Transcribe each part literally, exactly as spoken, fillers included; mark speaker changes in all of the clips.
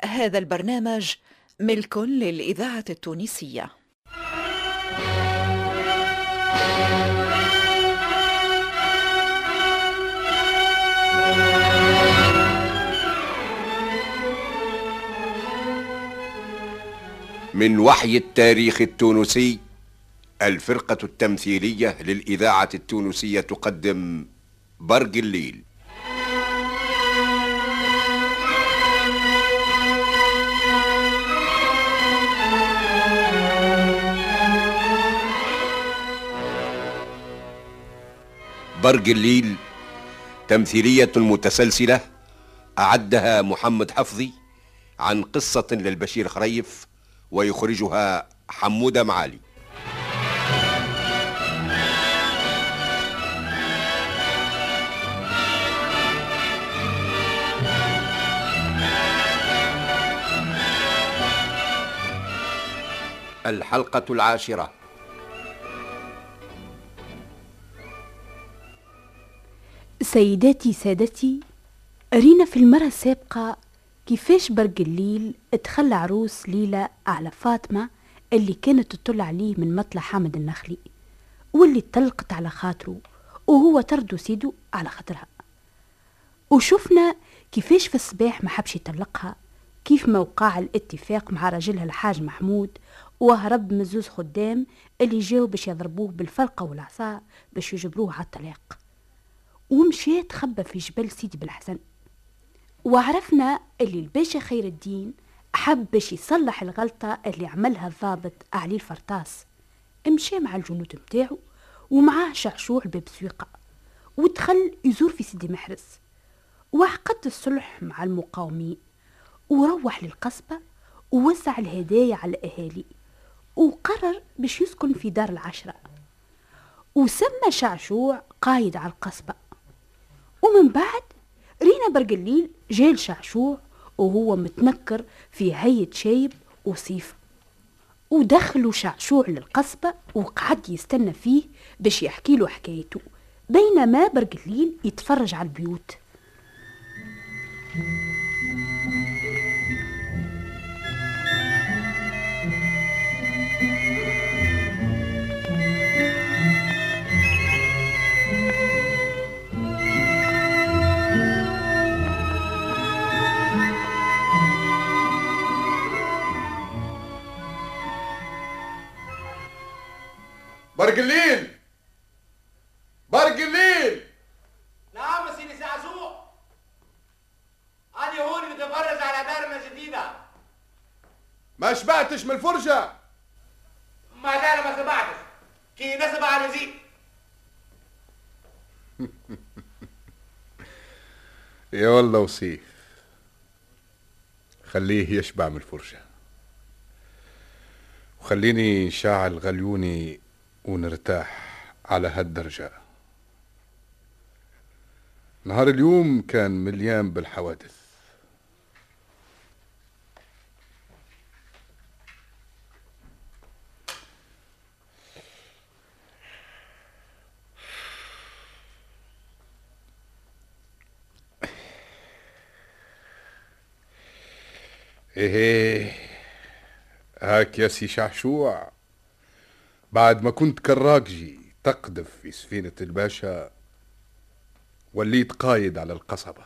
Speaker 1: هذا البرنامج ملك للإذاعة التونسية.
Speaker 2: من وحي التاريخ التونسي، الفرقة التمثيلية للإذاعة التونسية تقدم برج الليل. برج الليل تمثيلية متسلسلة أعدها محمد حفظي عن قصة للبشير خريف، ويخرجها حمودة معالي. الحلقة العاشرة.
Speaker 3: سيداتي سادتي، رينا في المرة السابقة كيفاش برج الليل اتخلى عروس ليلى على فاطمة اللي كانت تطل عليه من مطلع حامد النخلي، واللي طلقت على خاطره وهو طردو سيدو على خاطرها. وشفنا كيفاش في الصباح ما حبش يطلقها، كيف ما وقع الاتفاق مع رجلها الحاج محمود وهرب من زوز خدام اللي جاو باش يضربوه بالفلقة والعصا باش يجبروه على الطلاق، ومشى تخبى في جبل سيدي بالحسن. وعرفنا اللي الباشا خير الدين حب باش يصلح الغلطة اللي عملها الضابط علي الفرطاس، مشى مع الجنود متاعو ومعاه شعشوع باب سويقة، ودخل يزور في سيدي محرز وعقد الصلح مع المقاومين، وروح للقصبة ووزع الهدايا على الأهالي، وقرر باش يسكن في دار العشرة، وسمى شعشوع قايد على القصبة. ومن بعد رينا برج الليل جال شعشوع وهو متنكر في هيئة شايب وصيف، ودخلوا شعشوع للقصبة وقعد يستنى فيه باش يحكي له حكايته، بينما برج الليل يتفرج على البيوت.
Speaker 2: برج الليل، برج الليل.
Speaker 4: نعم يا سيدي زعزوع، أنا هون بتفرج على دارنا جديدة.
Speaker 2: ما شبعتش من الفرجة؟
Speaker 4: ما دار ما سمعتش كي نسب على زيد.
Speaker 5: يا والله وصيف، خليه يشبع من الفرجة وخليني نشعل غليوني ونرتاح على هالدرجة. نهار اليوم كان مليان بالحوادث. ايه هاك يا سي شعشوع، بعد ما كنت كراكجي تقذف في سفينة الباشا وليت قايد على القصبة،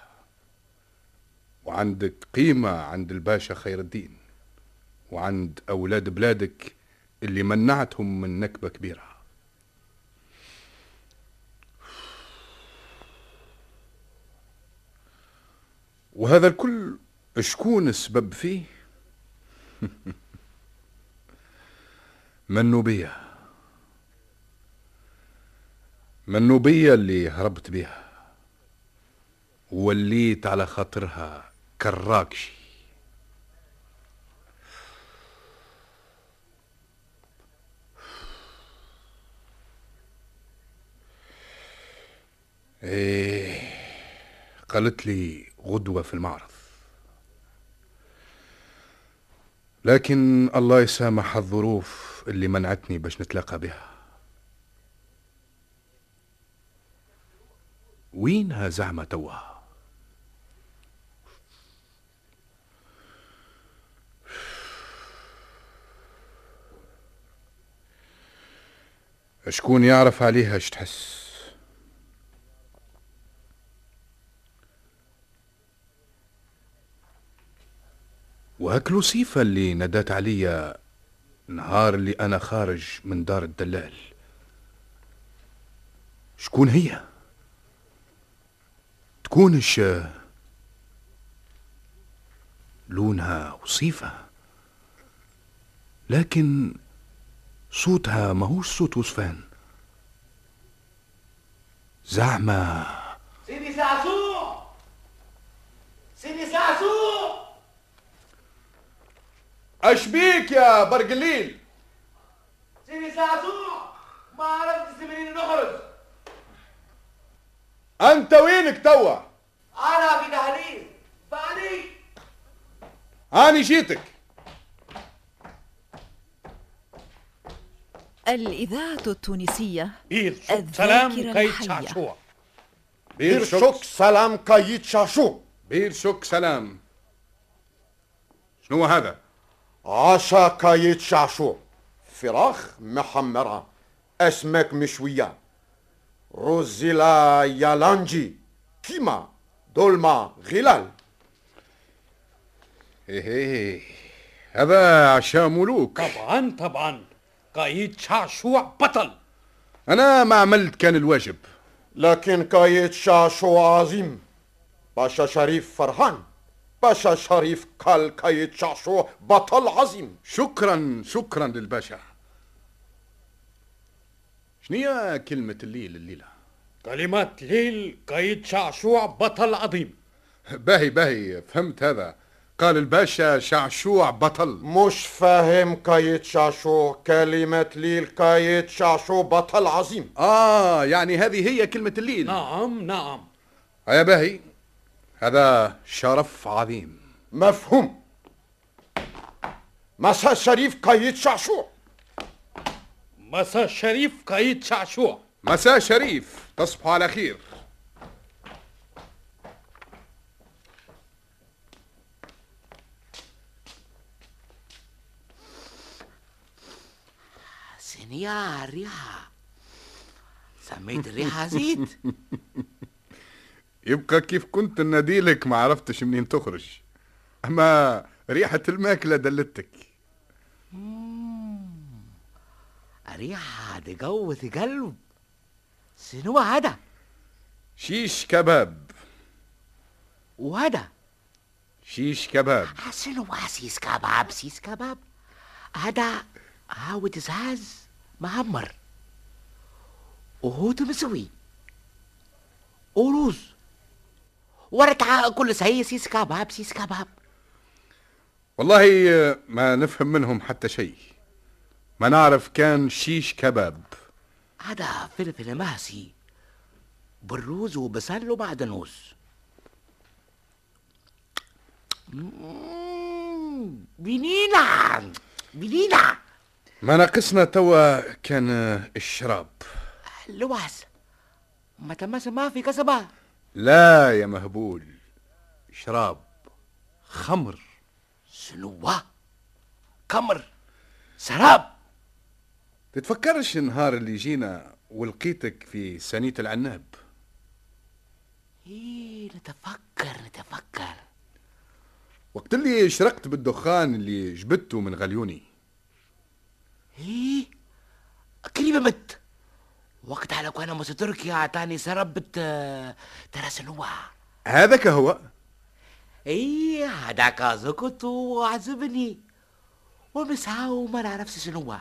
Speaker 5: وعندك قيمة عند الباشا خير الدين وعند أولاد بلادك اللي منعتهم من نكبة كبيرة. وهذا الكل شكون السبب فيه؟ منوبية، منوبية اللي هربت بيها ووليت على خاطرها كراكشي. ايه قالت لي غدوة في المعرض، لكن الله يسامح الظروف اللي منعتني باش نتلاقى بها. وينها زعمة توها؟ شكون يعرف عليها اش تحس؟ وهاك الوصيفة اللي ندات عليا نهار اللي أنا خارج من دار الدلال، شكون هي؟ تكونش لونها وصيفة، لكن صوتها ماهوش صوت وصفان. زعما
Speaker 4: سيدي زعزوع، سيدي زعزوع،
Speaker 2: اش بيك يا برقليل؟
Speaker 4: سيدي زعزوع، ما عرفت منين نخرج.
Speaker 2: انت وينك توا؟
Speaker 4: انا في دهليز فاني.
Speaker 2: هاني جيتك.
Speaker 1: الإذاعة التونسية
Speaker 6: بير شك سلام
Speaker 1: الذاكرة
Speaker 6: كيت
Speaker 1: الحية.
Speaker 6: شعشوع.
Speaker 2: بير
Speaker 7: بير شك سلام كايت شاشو.
Speaker 5: بير شك سلام. شنو هذا؟
Speaker 7: عشا كايت شاشو، فراخ محمرة، أسماك مشوية، روزيلا يالانجي، كيما دولما غلال.
Speaker 5: هي هي هذا عشاء ملوك.
Speaker 6: طبعا طبعا كايت شعشوع بطل.
Speaker 5: أنا ما عملت كان الواجب.
Speaker 7: لكن كايت شاشو عظيم. باشا شريف فرحان. باشا شريف قال كايت شاشو بطل عظيم.
Speaker 5: شكرا شكرا للباشا. شنيا كلمة الليل الليلة؟
Speaker 6: كلمات ليل كايت شعشوع بطل عظيم.
Speaker 5: باهي باهي فهمت هذا. قال الباشا شعشوع بطل.
Speaker 7: مش فاهم كايت شاشو. كلمة ليل كايت شاشو بطل عظيم.
Speaker 5: آه يعني هذه هي كلمة الليل.
Speaker 6: نعم نعم.
Speaker 5: يا باهي، هذا شرف عظيم.
Speaker 7: مفهوم. مساء شريف كايت شاشو.
Speaker 6: مساء شريف كايت شعشوع.
Speaker 5: مساء شريف، تصبحوا على خير.
Speaker 4: سنيا الريحة، سميت الريحة زيت.
Speaker 5: يبقى كيف كنت ناديلك ما عرفتش منين تخرج، اما ريحة الماكلة دلتك.
Speaker 4: الريحة دي جوة قلب. شنو هذا؟
Speaker 5: شيش كباب.
Speaker 4: وهذا
Speaker 5: شيش كباب.
Speaker 4: شنو سيس كباب؟ سيس كباب هذا عاود زاز معمر وهو مسوي ورز ورتعة كل سي سيس كباب سيس كباب.
Speaker 5: والله ما نفهم منهم حتى شيء، ما نعرف كان شيش كباب.
Speaker 4: هذا فلفل مهسي بالروز وبصل ومعدنوس. بنينة بنينة.
Speaker 5: ما ناقصنا توا كان الشراب.
Speaker 4: لواس ما تمس ما في كسبة.
Speaker 5: لا يا مهبول، شراب خمر.
Speaker 4: شنو كمر سراب؟
Speaker 5: تتفكرش النهار اللي جينا ولقيتك في سنية العناب؟
Speaker 4: ايه نتفكر نتفكر.
Speaker 5: وقت اللي شرقت بالدخان اللي جبته من غليوني.
Speaker 4: ايه قريبة مت وقت على كوانا مس تركيا اعطاني سربت ترى شنو
Speaker 5: هذاك هو.
Speaker 4: ايه هذاك زكت وعذبني ومساو ما نعرفش شنو.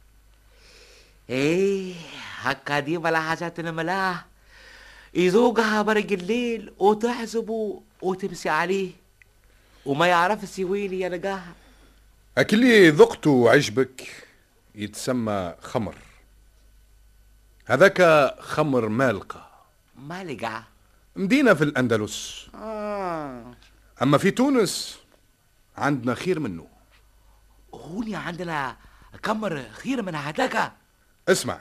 Speaker 4: ايه هكا ديما لحاجات الملاه يذوقها برق الليل وتحسبه وتمسي عليه وما يعرفش وين يلقاها.
Speaker 5: أكلي ذقته وعجبك يتسمى خمر. هذاك خمر مالقة.
Speaker 4: مالقة
Speaker 5: مدينة في الأندلس.
Speaker 4: آه.
Speaker 5: أما في تونس عندنا خير منه.
Speaker 4: هوني عندنا كمر خير من هذاك.
Speaker 5: اسمع،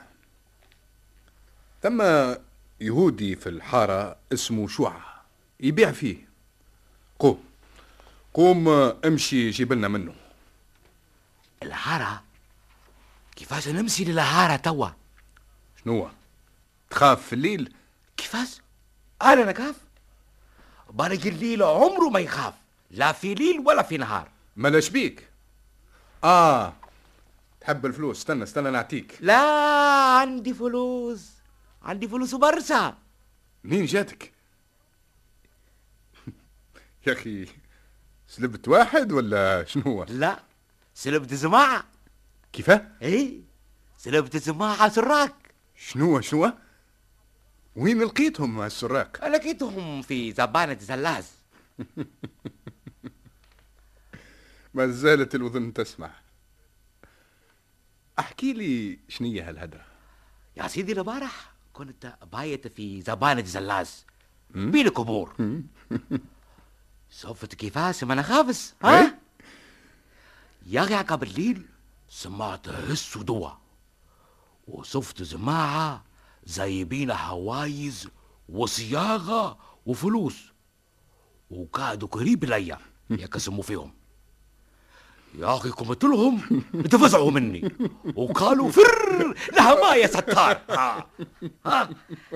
Speaker 5: ثم يهودي في الحارة اسمه شوعة يبيع فيه. قوم قوم امشي جيب لنا منه.
Speaker 4: الهارة؟ كيفاش نمشي للهارة توا؟
Speaker 5: شنو تخاف في الليل؟
Speaker 4: كيفاش؟ انا نخاف؟ برق الليل عمره ما يخاف، لا في ليل ولا في نهار.
Speaker 5: مالاش بيك؟ اه تحب الفلوس؟ استنى استنى نعطيك.
Speaker 4: لا عندي فلوس، عندي فلوس برشا.
Speaker 5: منين جاتك؟ يا اخي سلبت واحد ولا شنو؟
Speaker 4: لا سلبت جماعة.
Speaker 5: كيفاه؟
Speaker 4: ايه سلبت جماعة سراق.
Speaker 5: شنو شنو؟ وين لقيتهم السراق؟
Speaker 4: لقيتهم في زبانة زلاز.
Speaker 5: ما زالت الأذن تسمع. احكي لي شنية هالهدرة؟
Speaker 4: يا سيدي البارح كنت بايت في زبانة زلاز بين القبور. شفت كيفاش ما نخافس ها؟ يا اخي عقب الليل سمعت هس ودوا، وشفت جماعة جايبين هوايز وصياغة وفلوس، وقعدوا قريب ليا يقسموا فيهم. يا اخي قمت لهم تفزعوا مني وقالوا فر لها ما يا ستار. ها ها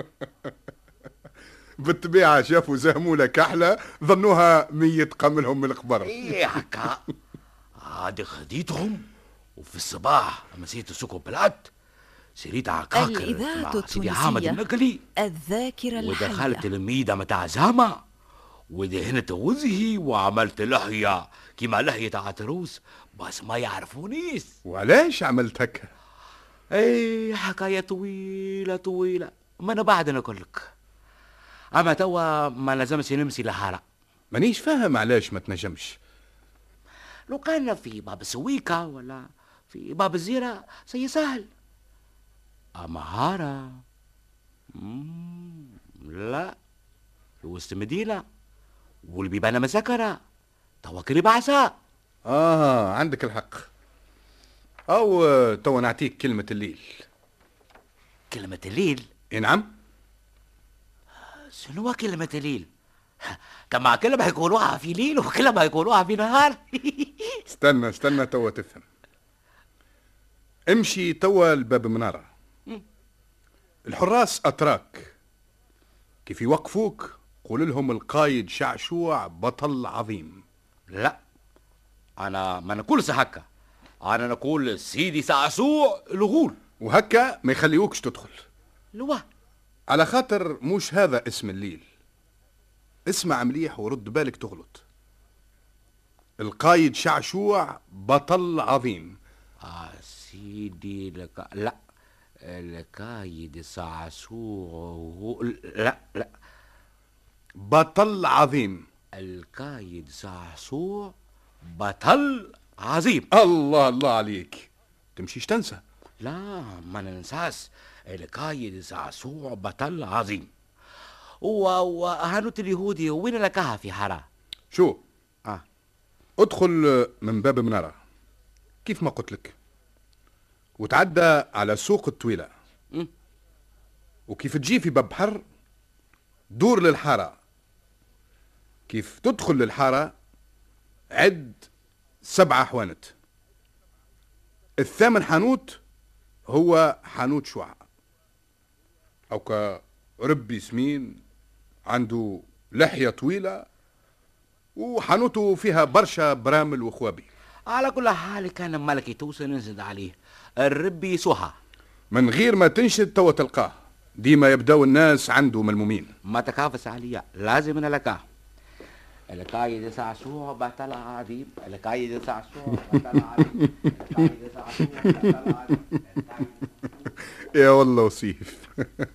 Speaker 5: بالطبيعة شافوا زهمولة كحلة ظنوها ميت قاملهم من القبر.
Speaker 4: ايه هكا عاد خديتهم، وفي الصباح مسيت السوق بلاد شريت عقاقر
Speaker 1: الإذاعة
Speaker 4: مع سيدي حامد
Speaker 1: التونسية
Speaker 4: النقلي،
Speaker 1: الذاكرة
Speaker 4: ودخلت
Speaker 1: الحية.
Speaker 4: الميدة متاع زامة ودهنت وجهي وعملت لحية كما لحية عتروس، بس ما يعرفونيش.
Speaker 5: وعلاش عملت هكا؟
Speaker 4: اي حكاية طويلة طويلة، ما انا بعد نقول لك. اما توا ما لازمش نمشي لهارا.
Speaker 5: مانيش فاهم علاش ما تنجمش.
Speaker 4: لو كان في باب السويكة ولا في باب الزيرة سي سهل، اما هارا مم، لا في وسط مدينة والبيبانة مسكرة توا قريب عساء.
Speaker 5: اه عندك الحق. او تو نعطيك كلمة الليل.
Speaker 4: كلمة الليل؟
Speaker 5: اي نعم.
Speaker 4: شنو كلمة الليل؟ كما كلمة يقولوها في ليل وكلمة يقولوها في نهار.
Speaker 5: استنى استنى توا تفهم. امشي توا لباب منارة، الحراس اتراك كيف يوقفوك قول لهم القايد شعشوع بطل عظيم.
Speaker 4: لا انا ما نقولش هكا، انا نقول سيدي شعشوع الغول،
Speaker 5: وهكا ما يخليوكش تدخل.
Speaker 4: لوا
Speaker 5: على خاطر مش هذا اسم الليل. اسمع مليح ورد بالك تغلط. القايد شعشوع بطل عظيم.
Speaker 4: آه سيدي لك لا القايد شعشوع، لا لا
Speaker 5: بطل عظيم.
Speaker 4: القايد شعشوع بطل عظيم.
Speaker 5: الله الله عليك، تمشيش تنسى.
Speaker 4: لا ما ننساش، القايد شعشوع بطل عظيم. وهانوت اليهودي وين لقاها في حارة؟
Speaker 5: شو
Speaker 4: اه
Speaker 5: ادخل من باب منارة كيف ما قلت لك، وتعدى على سوق الطويلة،
Speaker 4: م.
Speaker 5: وكيف تجي في باب بحر دور للحارة. كيف تدخل للحارة عد سبعة حوانت. الثامن حانوت هو حانوت شوع، أو كربي سمين عنده لحية طويلة وحانوته فيها برشا برامل وخوابي.
Speaker 4: على كل حال كان ملكي توصل ننزل عليه الربي سهى.
Speaker 5: من غير ما تنشد توا تلقاه، ديما يبداو الناس عنده ملمومين.
Speaker 4: ما تخافش عليا لازم نلقاه. القايد شعشوع بطل عظيم، القايد شعشوع بطل عظيم، القايد شعشوع بطل عظيم.
Speaker 5: يا والله وصيف.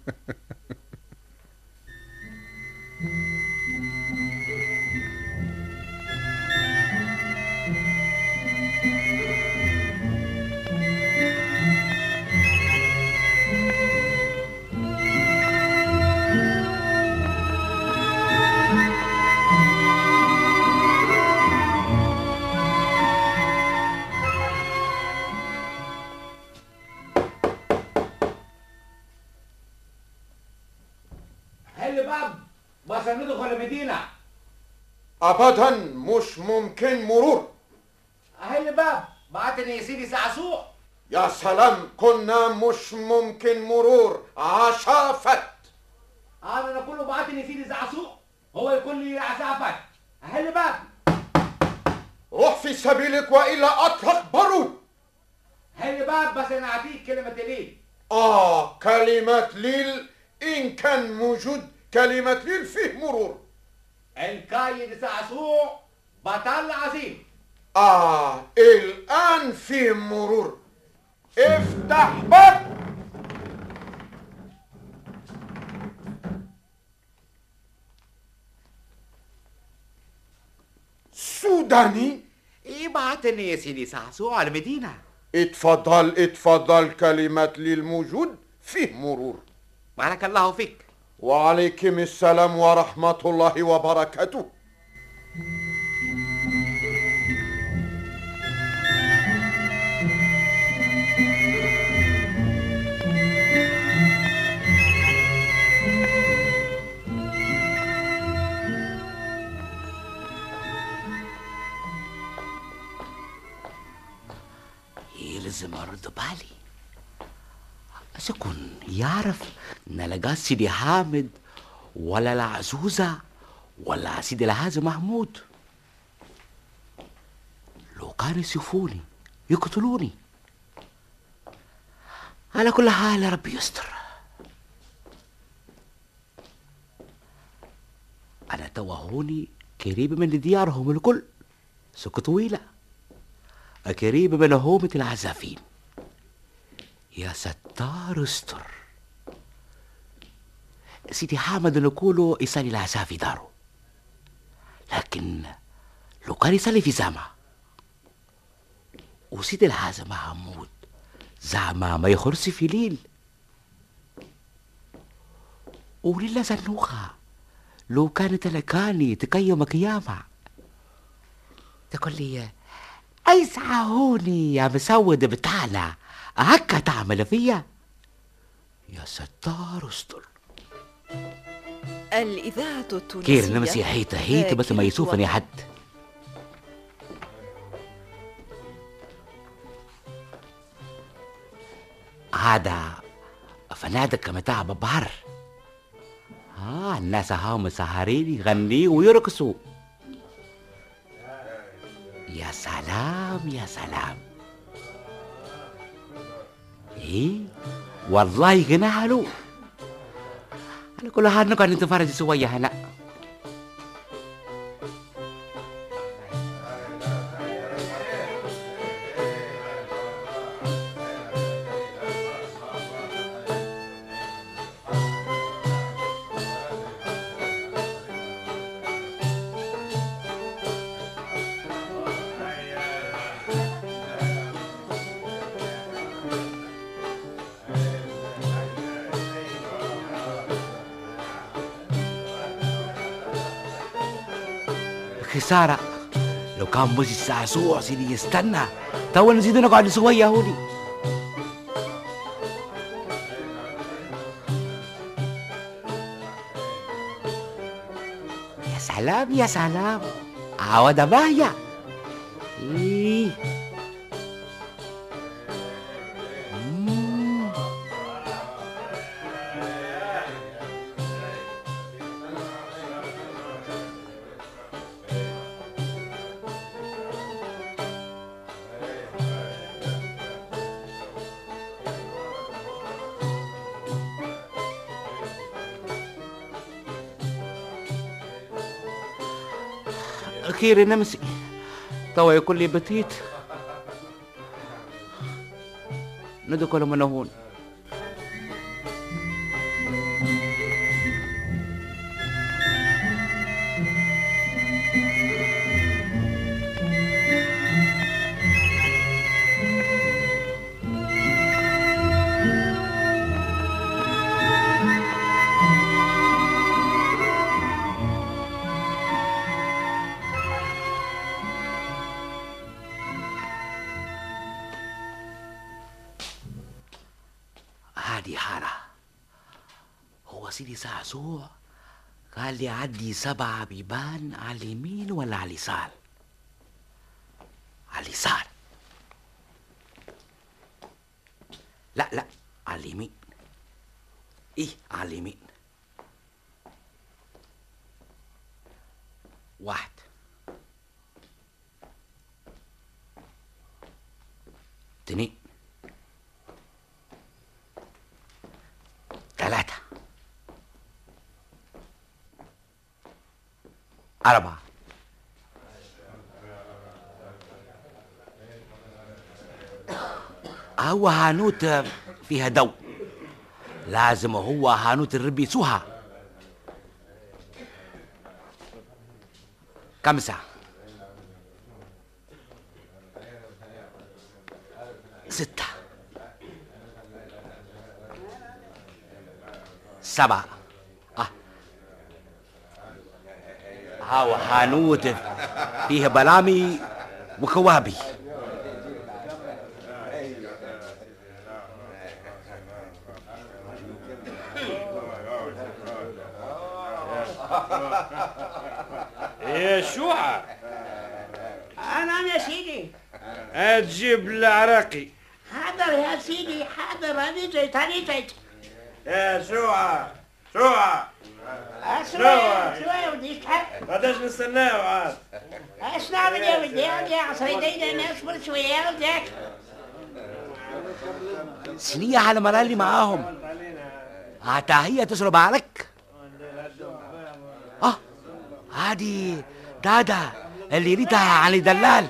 Speaker 4: هل باب بس ندخل المدينة.
Speaker 7: أبدا مش ممكن مرور.
Speaker 4: هل باب بعتني يا سيدي شعشوع.
Speaker 7: يا سلام، كنا مش ممكن مرور عشافت.
Speaker 4: انا نقول بعتني سيدي زعسوق، هو يقول لي عسافت. اهل باب.
Speaker 7: روح في سبيلك والا اطلق بارود.
Speaker 4: اهل باب، بس انا اعطيك كلمة ليل.
Speaker 7: اه كلمة ليل، ان كان موجود كلمة ليل فيه مرور.
Speaker 4: القايد زعسوق بطل عظيم.
Speaker 7: اه الان فيه مرور. افتح باب. سوداني؟
Speaker 4: ايه بعتني يا سيدي زعسوق على المدينة.
Speaker 7: اتفضل اتفضل، كلمة للموجود فيه مرور.
Speaker 4: بارك الله فيك.
Speaker 7: وعليكم السلام ورحمة الله وبركاته.
Speaker 4: يلزم ارد بالي، أسكن يعرف نلقى سيدي حامد ولا العزوزة ولا سيدي العازي محمود. لو كانوا يشوفوني يقتلوني. على كل حال يا ربي يستر. أنا توا هوني قريب من ديارهم الكل، سكة طويلة، قريب من هومة العزافين. يا ستار استر. سيدي حامد نقوله يصلي العشاء في داره، لكن لو كان يصلي في زعمة، وسيدي العازم محمود زعمة ما يخرس في ليل، وليلة زنوخة لو كانت لكاني تقيم قيامة تقول لي أيسعى هوني يا مسود بتاعنا، هكا تعمل فيا. يا ستار استر.
Speaker 1: الإذاعة التونسية
Speaker 4: كير نمسي حيطة هيك بس ما يشوفني حد. هذا فنادق متاع ببهر. آه الناس هاهم سهرين يغني ويرقصوا. يا سلام يا سلام. ايه والله غنى حلو. على كل حال نقعد نتفرج شوية هنا. خسارة، لو كان مش السعسوع سيدي يستنى توا نزيد نقعد شوية هوني. يا سلام يا سلام، عودة باهية. إيه أخيرا نمسي توا يقول لي بتيت ندخل من هون. هادي حارة، هو سيدي زعزوع قال لي عدي سبعة بيبان على اليمين ولا على اليسار؟ على اليسار. لا لا، على اليمين. ايه، على اليمين. واحد، اتنين، تلاتة، أربعة، هو هانوت فيها دو، لازم هو هانوت الربي سوها. خمسة، ستة، سبعة، اه هاو هانوت فيه بلامي وكوابي.
Speaker 6: يا شوعة،
Speaker 8: نعم يا سيدي.
Speaker 6: تجيب العراقي.
Speaker 8: حاضر يا سيدي، حاضر. هاني جيت هاني جيت.
Speaker 6: يا شوعة، شوعة،
Speaker 8: شوية شوية ودي تحب.
Speaker 6: قداش نستناو عاد؟
Speaker 8: ايش نعمل يا ودي؟ يا عصري دينا نصبر شوية يا وديك.
Speaker 4: سنية على مرالي معاهم، حتى هي تشرب عليك. اه هادي دادا اللي ريتها عن الدلال.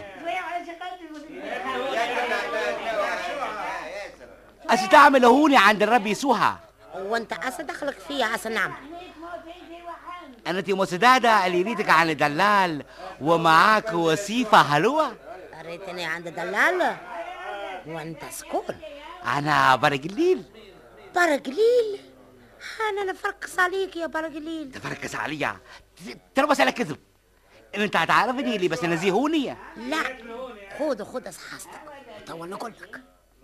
Speaker 4: أش تعمل هوني عند الرب يسوها؟
Speaker 8: وانت عسى دخلك فيها عسى نعمل.
Speaker 4: أنت مسدادة اللي ريتك عن الدلال ومعاك وصيفة هلوة؟
Speaker 8: ريتني عند دلال وانت سكون.
Speaker 4: أنا برجليل.
Speaker 8: برجليل؟ أنا نفركس عليك يا برجليل.
Speaker 4: تفركس عليا؟ ترى بس على كذب. أنت هتعرفني اللي بس نزيهوني.
Speaker 8: لا، خذ خذ أصحاستك تو نقول لك.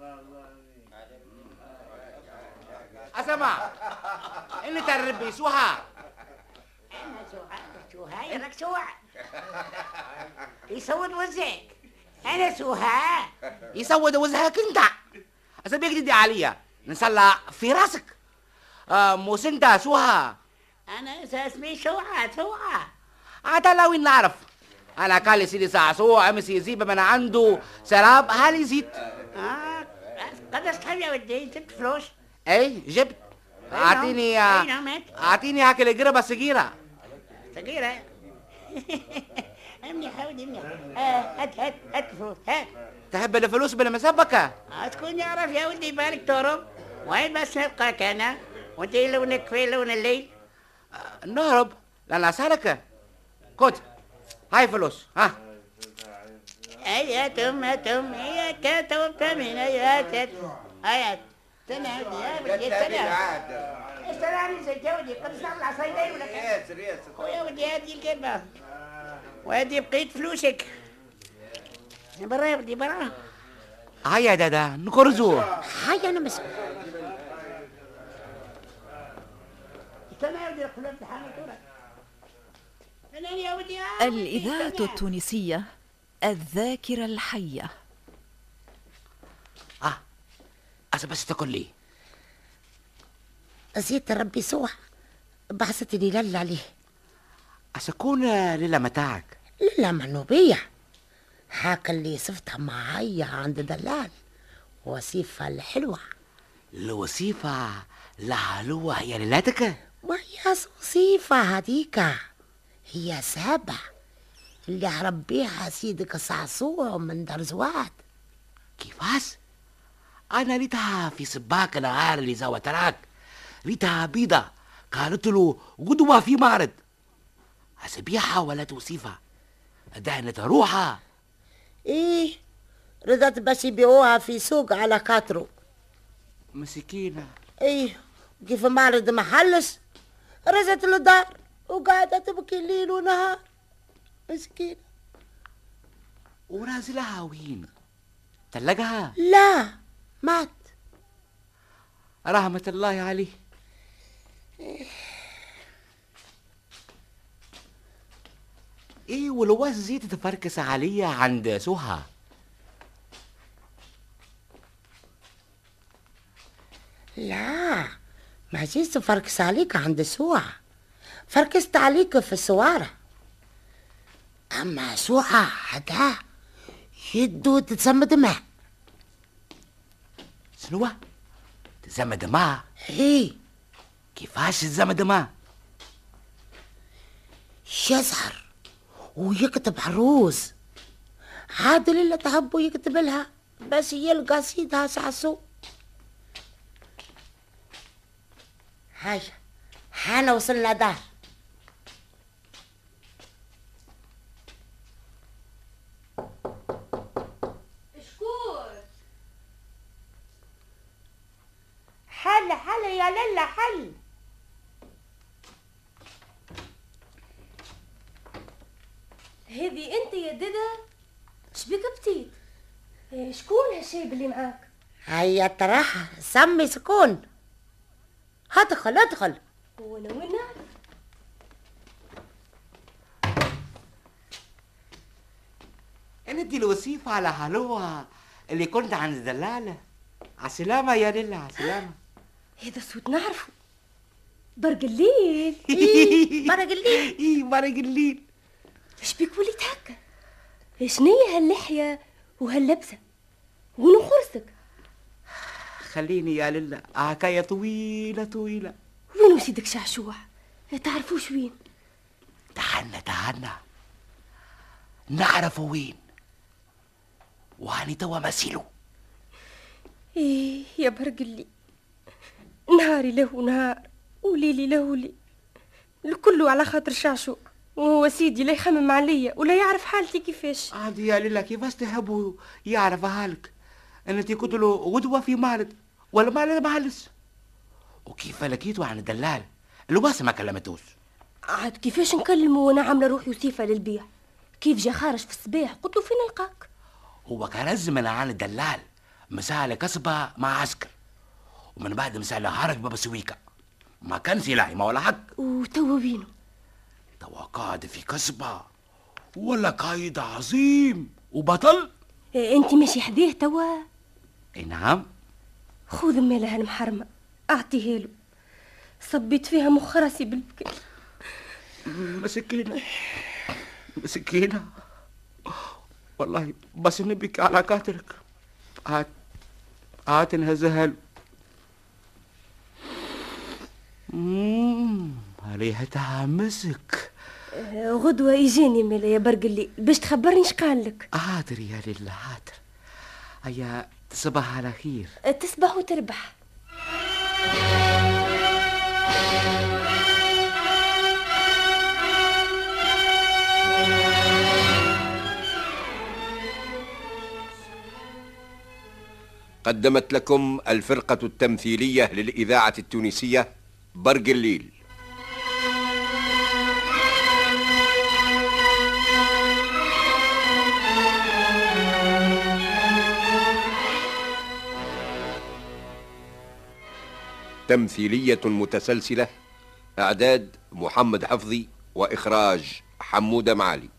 Speaker 4: أسمع، أنت الرب يسوها.
Speaker 8: أنا سوها سوها يا لك سوها. يسود وجهك. أنا سوها.
Speaker 4: يسود وجهك أنت. أسميك جدي عليا نسلع في راسك. آه موس أنت سوها.
Speaker 8: أنا اسمي سوها سوها.
Speaker 4: عاد لو إن نعرف. أنا كان سيدي سعسوع أمس يزيب من عنده سراب هل يزيد.
Speaker 8: آه قداش تحب يا ودي؟ جبت فلوس؟
Speaker 4: اي جبت. اعطيني اعطيني هاكل القربة الصغيرة.
Speaker 8: صغيرة؟ امني حاولي امني. هات هات هات فلوس هات.
Speaker 4: تحب الفلوس بالمسبكة؟
Speaker 8: تكون يعرف يا ولدي بالك تهرب. وين بس نلقاك انا؟ وانت لونك في لون الليل؟
Speaker 4: آه نهرب لأن أسألك. خد هاي فلوس ها.
Speaker 8: اي هاتهم هاتهم هي كاتهم تمين. اي هات هات هات. استنى يا ولدي يا ولدي استنى. استنى علي زي جودي قد استعمل عصايدين ولا ياسر ياسر. خويا ولدي هذه الكلمة. وهذه بقيت فلوسك. برا يا ولدي برا.
Speaker 4: هيا دادا نكرزو.
Speaker 8: هيا انا مسك. استنى يا ولدي الخلوة امتحان دورك. انا يا ولدي.
Speaker 1: الإذاعة التونسية الذاكرة الحية.
Speaker 4: اه أسا بس تقول لي
Speaker 8: أزيد ربي سوح بحثتني للا عليه.
Speaker 4: أسكون ليلة متاعك؟
Speaker 8: للا منوبية هاك اللي صفتها معايا عند دلال. وصيفة الحلوة.
Speaker 4: الوصيفة الحلوة هي ليلتك؟
Speaker 8: ما هي وصيفة هذيك هي سابع اللي هربيها سيدك صعصوع من درزوات.
Speaker 4: كيفاس؟ أنا ريتها في سباك العار اللي زاوة تراك. ريتها بيضة قالت له غدوة في معرض. أسبيحها ولا توصيفها دهنت روحها.
Speaker 8: إيه رضت باش يبيعوها في سوق على كاترو.
Speaker 4: مسكينة.
Speaker 8: إيه كيف معرض محلس رزت للدار وقاعدة تبكي ليل ونهار مسكينة.
Speaker 4: ورازلها وين؟ تلقها؟
Speaker 8: لا مات
Speaker 4: رحمة الله عليه. ايه ولو زيت تفركس عليا عند سوها.
Speaker 8: لا، ما جيت فركس عليك عند سوعة، فركست عليك في السوارة. أما سوعة هدا يدو تتسمى دماء.
Speaker 4: شنو؟ تسمى دماء؟
Speaker 8: ايه.
Speaker 4: كيفاش تسمى دماء؟
Speaker 8: يزهر ويكتب عروس، عادل اللي تحبه يكتب لها بس يلقى سيدها سعسو. هاي حانا وصلنا دار.
Speaker 9: شكون؟
Speaker 8: حل حل يا للا حل.
Speaker 9: هذه انت يا دادا؟ شبيك بتيت؟ إيه، شكون هالشايب اللي معاك؟
Speaker 8: هيا تراحة سمي سكون. ادخل ادخل.
Speaker 9: وانا وين نعرف؟
Speaker 4: انا دي الوصيفة على حلوة اللي كنت عند الدلالة. عالسلامة يا ليلى، عالسلامة.
Speaker 9: هذا صوت نعرفه، برق الليل.
Speaker 8: برق الليل.
Speaker 4: ايه برق الليل.
Speaker 9: شبيك وليت هكا؟ شنيا هاللحية وهاللبسة؟ وين خرسك؟
Speaker 4: خليني يا ليلى، حكاية طويلة طويلة.
Speaker 9: وين سيدك شعشوع؟ تعرفوش وين؟
Speaker 4: تعنا تعنا نعرفه وين، وهاني توا مسيلو.
Speaker 9: ايه يا برق الليل، نهاري له نهار وليلي له ليل، الكل على خاطر شعشوع، وهو سيدي لا يخمم عليا ولا يعرف حالتي كيفاش.
Speaker 4: عادي يا ليلى، كيفاش تحبوا يعرف حالك؟ انت كنت له غدوة في مالد ولا مالد معلس، وكيف لقيته عن الدلال اللي بس ما كلمتوش؟
Speaker 9: عاد كيفاش نكلمه وانا عامله روحي وسيفه للبيع؟ كيف جا خارج في الصباح قلت له فين نلقاك؟
Speaker 4: هو كان رز من عن الدلال مساله كسبه مع عسكر، ومن بعد مساله هرب بسويكه، ما كان سلاحي ما ولا حق.
Speaker 9: وتوا وينه؟
Speaker 4: توا قاعد في كسبه ولا قايد عظيم وبطل.
Speaker 9: إيه انت ماشي حديه توا؟
Speaker 4: اي نعم.
Speaker 9: خذ مالها المحرمه اعطيها له، صبيت فيها مخ راسي بالبكي.
Speaker 4: مسكينه مسكينه والله، بس نبكي على كاترك. هات هات نهزها له. اممم ريحتها مسك.
Speaker 9: غدوه يجيني مالا يا برق الليل باش تخبرني شقال لك.
Speaker 4: حاضر يا ليلى حاضر. هيا تصبح على خير.
Speaker 9: تصبح وتربح.
Speaker 10: قدمت لكم الفرقة التمثيلية للإذاعة التونسية برق الليل. تمثيلية متسلسلة، إعداد محمد حفظي وإخراج حمودة معالي.